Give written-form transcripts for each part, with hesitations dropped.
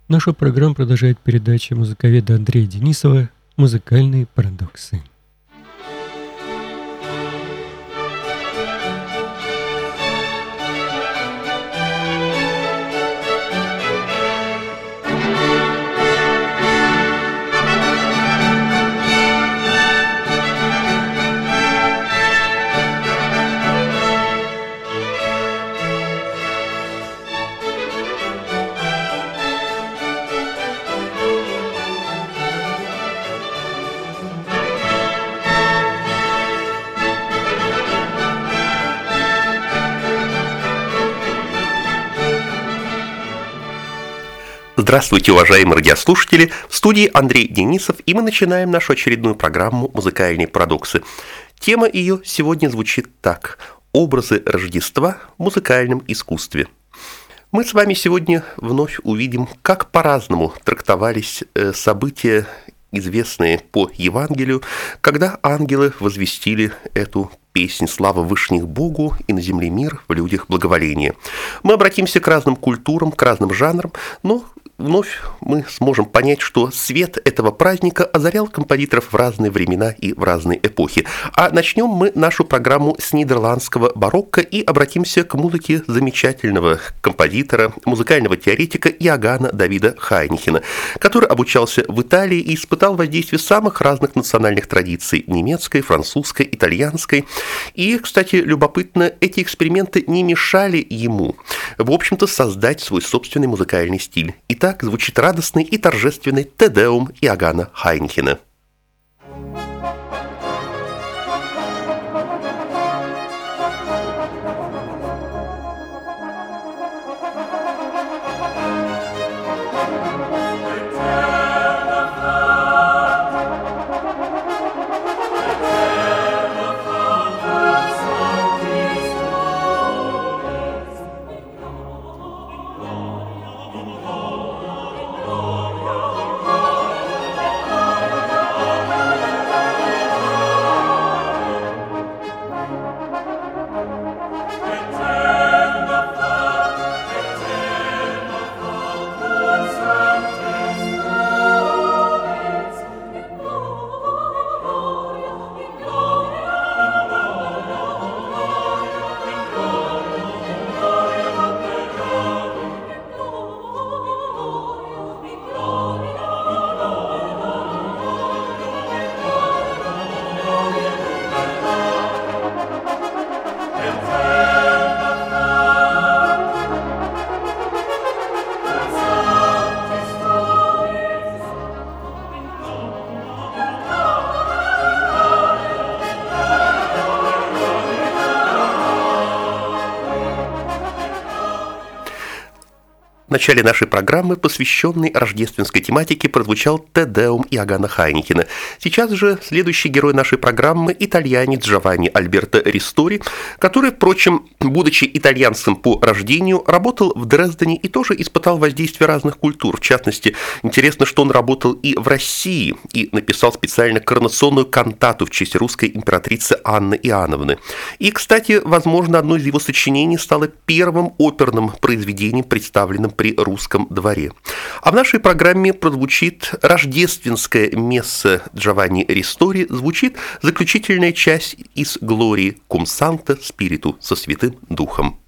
Нашу программу продолжает передача музыковеда Андрея Денисова «Музыкальные парадоксы». Здравствуйте, уважаемые радиослушатели! В студии Андрей Денисов, и мы начинаем нашу очередную программу «Музыкальные парадоксы». Тема ее сегодня звучит так: «Образы Рождества в музыкальном искусстве». Мы с вами сегодня вновь увидим, как по-разному трактовались события, известные по Евангелию, когда ангелы возвестили эту песнь «Слава вышних Богу, и на земле мир, в людях благоволение». Мы обратимся к разным культурам, к разным жанрам, но вновь мы сможем понять, что свет этого праздника озарял композиторов в разные времена и в разные эпохи. А начнем мы нашу программу с нидерландского барокко и обратимся к музыке замечательного композитора, музыкального теоретика Иоганна Давида Хайнихена, который обучался в Италии и испытал воздействие самых разных национальных традиций – немецкой, французской, итальянской. И, кстати, любопытно, эти эксперименты не мешали ему, в общем-то, создать свой собственный музыкальный стиль. Итак, звучит радостный и торжественный «Те Деум» Иоганна Хайнихена. В начале нашей программы, посвященной рождественской тематике, прозвучал «Те Деум» Иоганна Хайнихена. Сейчас же следующий герой нашей программы – итальянец Джованни Альберто Ристори, который, впрочем, будучи итальянцем по рождению, работал в Дрездене и тоже испытал воздействие разных культур. В частности, интересно, что он работал и в России, и написал специально коронационную кантату в честь русской императрицы Анны Иоанновны. И, кстати, возможно, одно из его сочинений стало первым оперным произведением, представленным при русском дворе. А в нашей программе прозвучит рождественское месса Джованни Ристори, звучит заключительная часть из «Глории Cum Sancto Spiritu» со Святым Духом.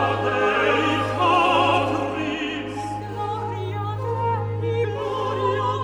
Gloria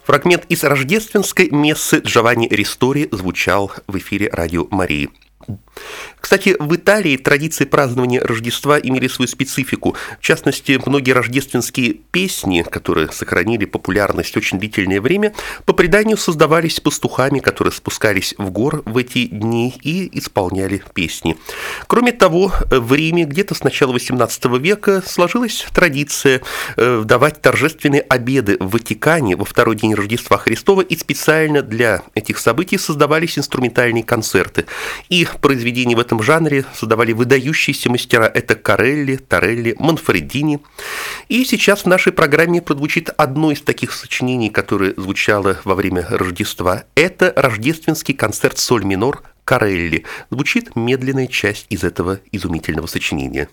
Фрагмент из рождественской мессы Джованни Ристори звучал в эфире Радио Марии. Кстати, в Италии традиции празднования Рождества имели свою специфику. В частности, многие рождественские песни, которые сохранили популярность очень длительное время, по преданию создавались пастухами, которые спускались в горы в эти дни и исполняли песни. Кроме того, в Риме где-то с начала XVIII века сложилась традиция давать торжественные обеды в Ватикане во второй день Рождества Христова, и специально для этих событий создавались инструментальные концерты. И произведения в этом жанре создавали выдающиеся мастера. Это Корелли, Торелли, Манфредини. И сейчас в нашей программе прозвучит одно из таких сочинений, которое звучало во время Рождества. Это рождественский концерт соль минор Корелли. Звучит медленная часть из этого изумительного сочинения.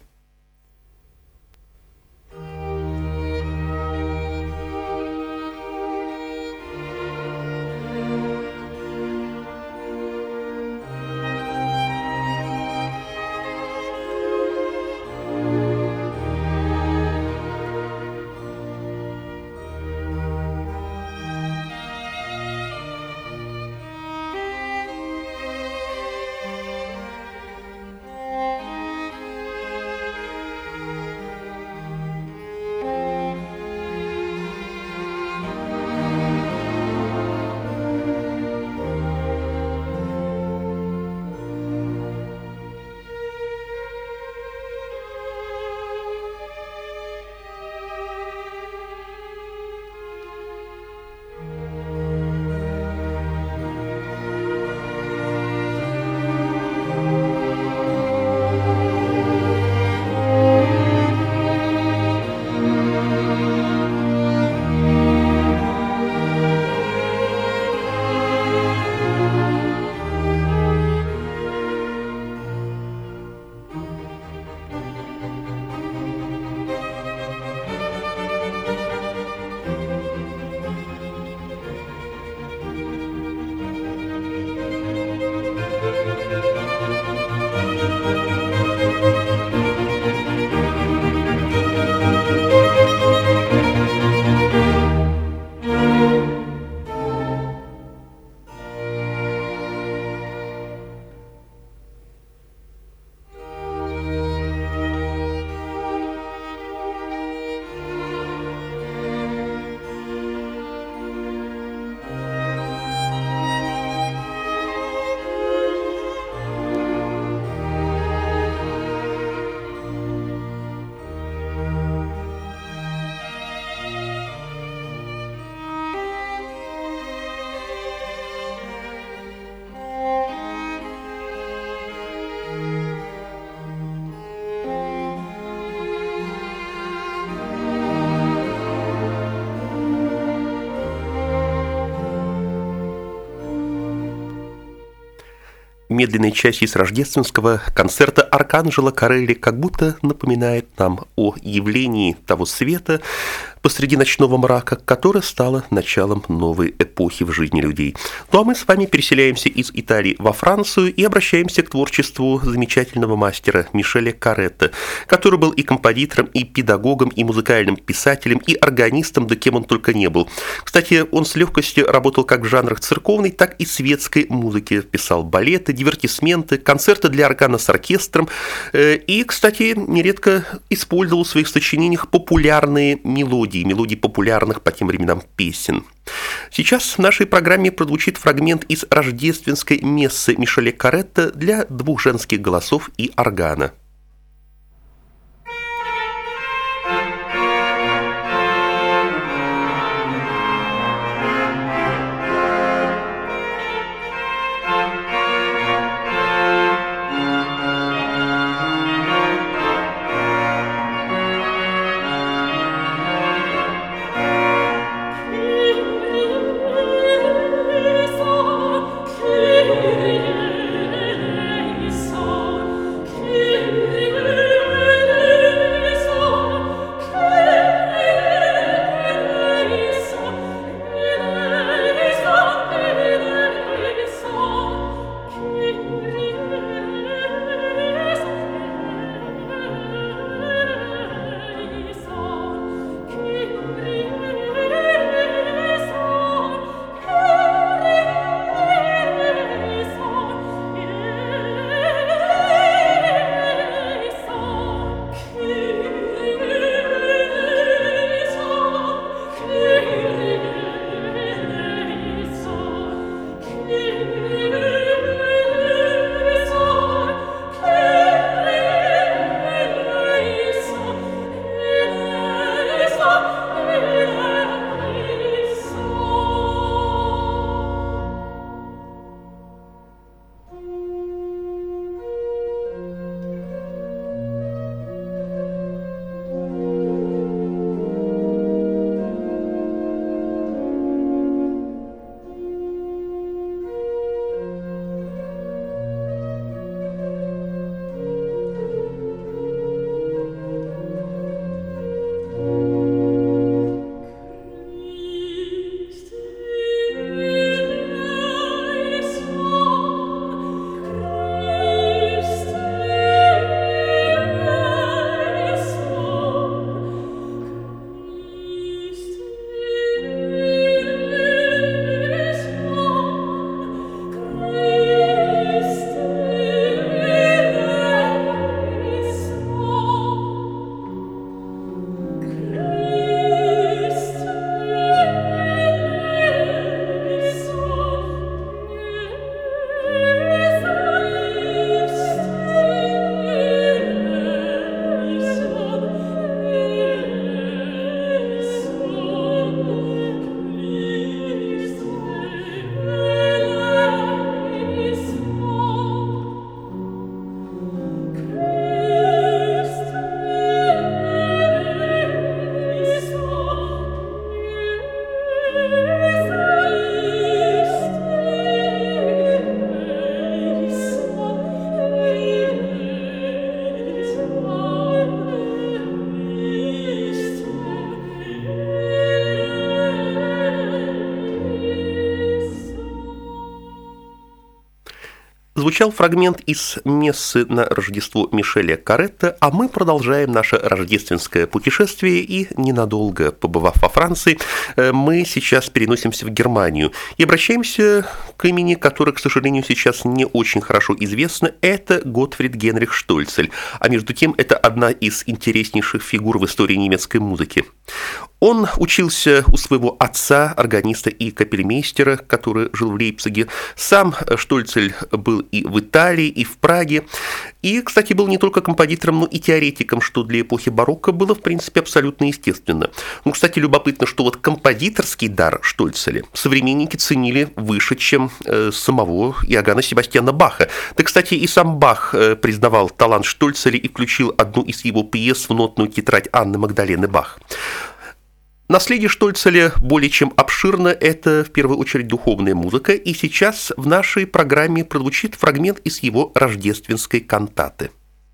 Медленная часть из рождественского концерта Арканджело Корелли как будто напоминает нам о явлении того света посреди ночного мрака, которое стало началом новой эпохи в жизни людей. Ну а мы с вами переселяемся из Италии во Францию и обращаемся к творчеству замечательного мастера Мишеля Каретта, который был и композитором, и педагогом, и музыкальным писателем, и органистом, да кем он только не был. Кстати, он с легкостью работал как в жанрах церковной, так и светской музыки, писал балеты, дивертисменты, концерты для органа с оркестром и, кстати, нередко использовал в своих сочинениях популярные мелодии популярных по тем временам песен. Сейчас в нашей программе прозвучит фрагмент из рождественской мессы Мишеля Каретта для двух женских голосов и органа. Kyrie eleison, Kyrie звучал фрагмент из мессы на Рождество Мишеля Каретта, а мы продолжаем наше рождественское путешествие и, ненадолго побывав во Франции, мы сейчас переносимся в Германию и обращаемся к имени, которое, к сожалению, сейчас не очень хорошо известно. Это Готфрид Генрих Штольцель, а между тем это одна из интереснейших фигур в истории немецкой музыки. Он учился у своего отца, органиста и капельмейстера, который жил в Лейпциге. Сам Штольцель был и в Италии, и в Праге. И, кстати, был не только композитором, но и теоретиком, что для эпохи барокко было, в принципе, абсолютно естественно. Ну, кстати, любопытно, что вот композиторский дар Штольцеля современники ценили выше, чем самого Иоганна Себастьяна Баха. Да, кстати, и сам Бах признавал талант Штольцеля и включил одну из его пьес в нотную тетрадь Анны Магдалены Бах. Наследие Штольцеля более чем обширно, это в первую очередь духовная музыка, и сейчас в нашей программе прозвучит фрагмент из его рождественской кантаты.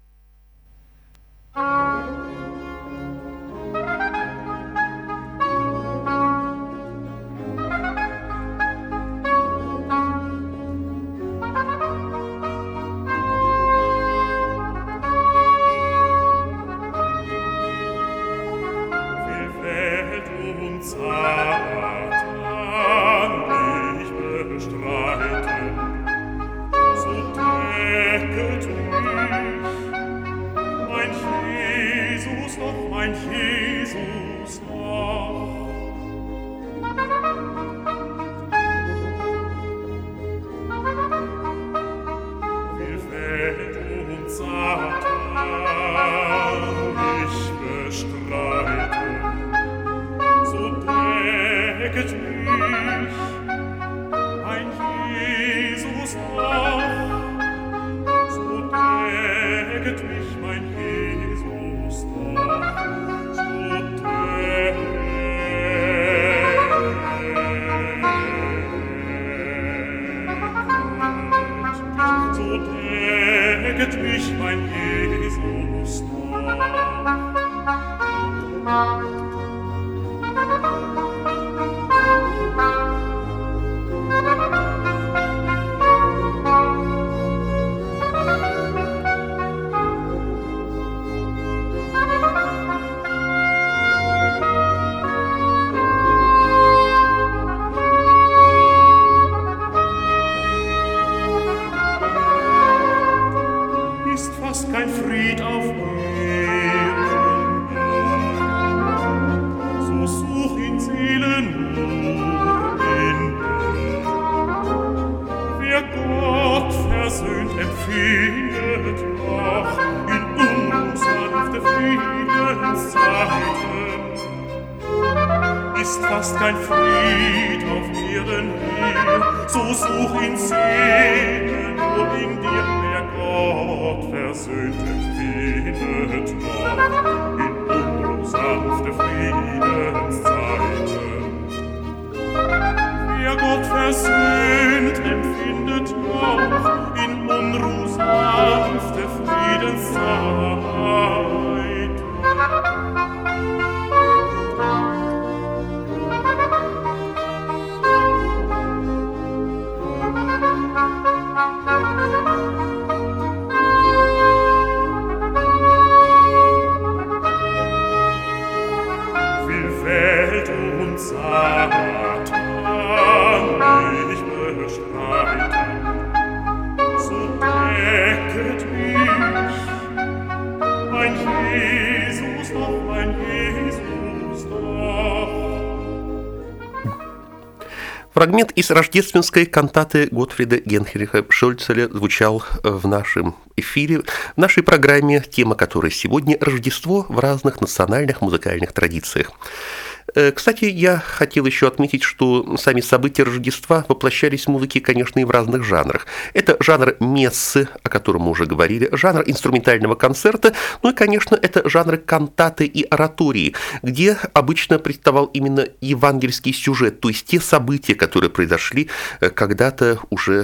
Фрагмент из рождественской кантаты Готфрида Генриха Штольцеля звучал в нашем эфире, в нашей программе, тема которой сегодня «Рождество в разных национальных музыкальных традициях». Кстати, я хотел еще отметить, что сами события Рождества воплощались в музыке, конечно, и в разных жанрах. Это жанр мессы, о котором мы уже говорили, жанр инструментального концерта, ну и, конечно, это жанры кантаты и оратории, где обычно представал именно евангельский сюжет, то есть те события, которые произошли когда-то уже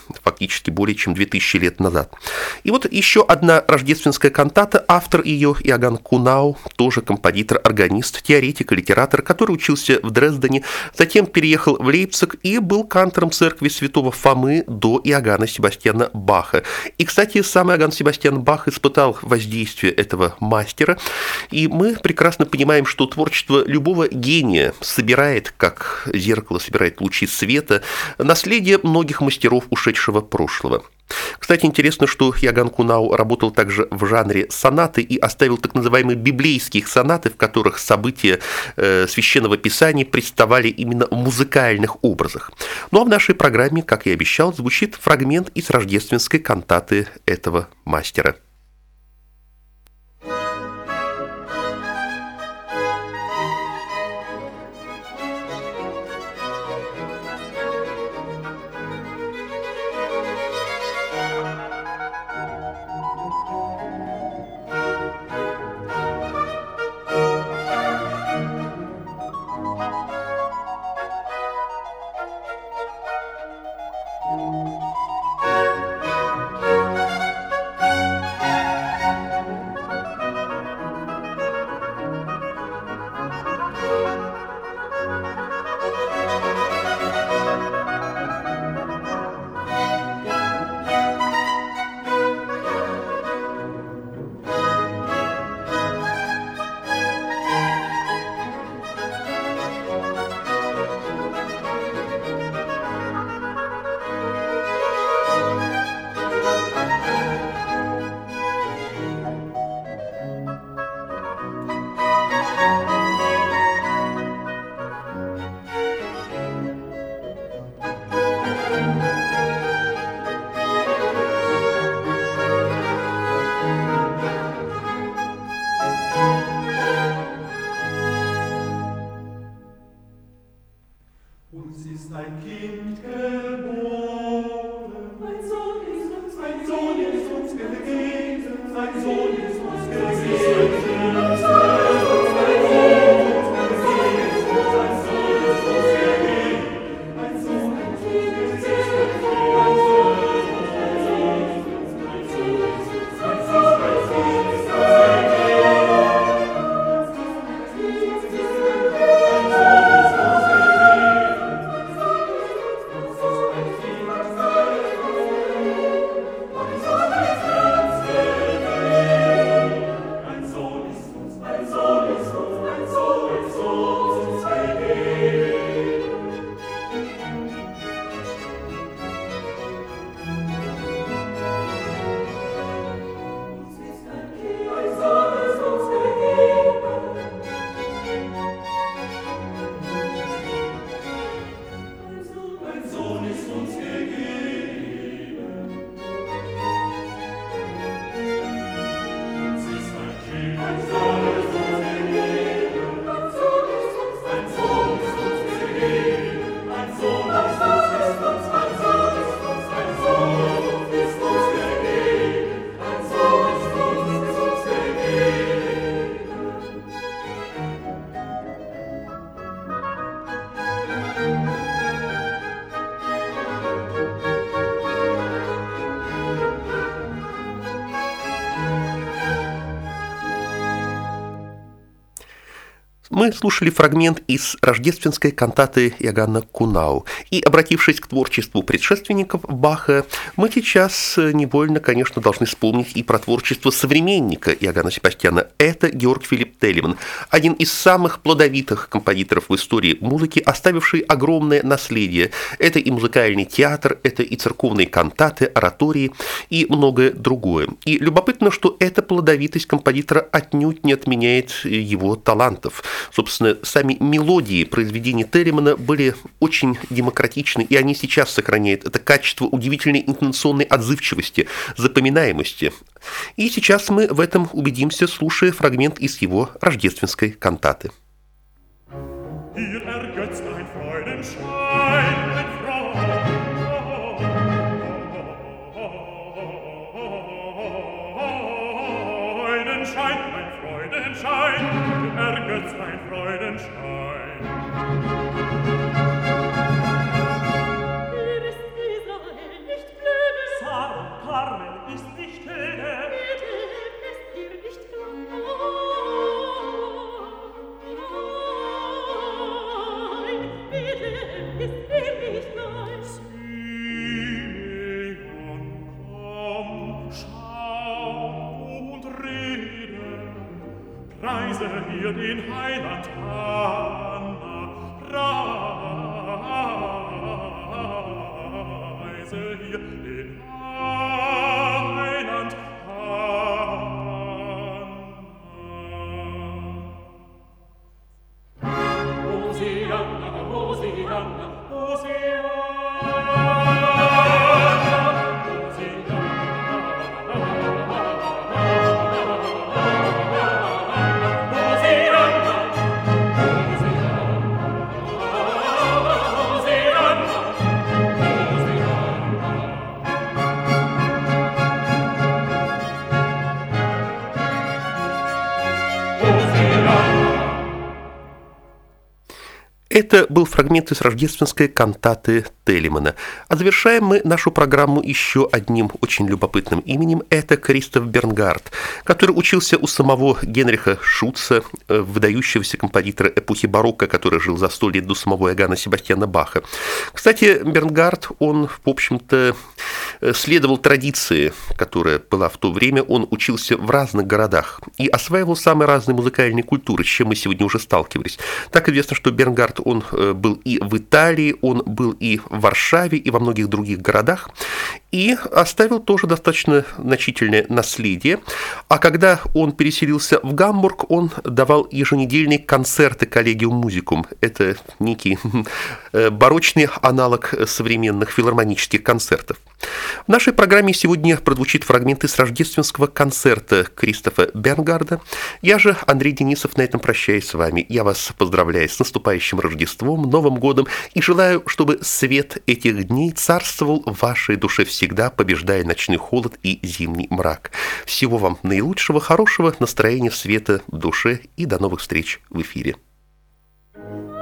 фактически более чем 2000 лет назад. И вот еще одна рождественская кантата, автор ее Иоганн Кунау, тоже композитор, органист, теоретик и литератор, который учился в Дрездене, затем переехал в Лейпциг и был кантором церкви святого Фомы до Иоганна Себастьяна Баха. И, кстати, сам Иоганн Себастьян Бах испытал воздействие этого мастера, и мы прекрасно понимаем, что творчество любого гения собирает, как зеркало собирает лучи света, наследие многих мастеров ушедшего прошлого. Кстати, интересно, что Иоганн Кунау работал также в жанре сонаты и оставил так называемые библейские сонаты, в которых события священного писания представали именно в музыкальных образах. Ну а в нашей программе, как и обещал, звучит фрагмент из рождественской кантаты этого мастера. Мы слушали фрагмент из рождественской кантаты Иоганна Кунау. И, обратившись к творчеству предшественников Баха, мы сейчас невольно, конечно, должны вспомнить и про творчество современника Иоганна Себастьяна. Это Георг Филипп Телеман, один из самых плодовитых композиторов в истории музыки, оставивший огромное наследие. Это и музыкальный театр, это и церковные кантаты, оратории и многое другое. И любопытно, что эта плодовитость композитора отнюдь не отменяет его талантов. Собственно, сами мелодии произведений Телемана были очень демократичны, и они сейчас сохраняют это качество удивительной интонационной отзывчивости, запоминаемости. И сейчас мы в этом убедимся, слушая фрагмент из его рождественской кантаты. Ein Freudenschein. Hier ist Israel nicht Reise hier den Heiland Anna, reise hier den Heiland Anna. Hosianna, Hosianna, Hosianna. Это был фрагмент из рождественской кантаты Теллимана. А завершаем мы нашу программу еще одним очень любопытным именем. Это Кристоф Бернгард, который учился у самого Генриха Шутца, выдающегося композитора эпохи барокко, который жил за 100 лет до самого Иоганна Себастьяна Баха. Кстати, Бернгард, он, в общем-то, следовал традиции, которая была в то время. Он учился в разных городах и осваивал самые разные музыкальные культуры, с чем мы сегодня уже сталкивались. Так известно, что Бернгард, он был и в Италии, он был и в Варшаве, и во многих других городах, и оставил тоже достаточно значительное наследие. А когда он переселился в Гамбург, он давал еженедельные концерты Collegium Musicum. Это некий барочный аналог современных филармонических концертов. В нашей программе сегодня прозвучит фрагмент из рождественского концерта Кристофа Бернгарда. Я же, Андрей Денисов, на этом прощаюсь с вами. Я вас поздравляю с наступающим Рождеством, Новым годом и желаю, чтобы свет этих дней царствовал в вашей душе всегда, побеждая ночной холод и зимний мрак. Всего вам наилучшего, хорошего настроения, света в душе и до новых встреч в эфире.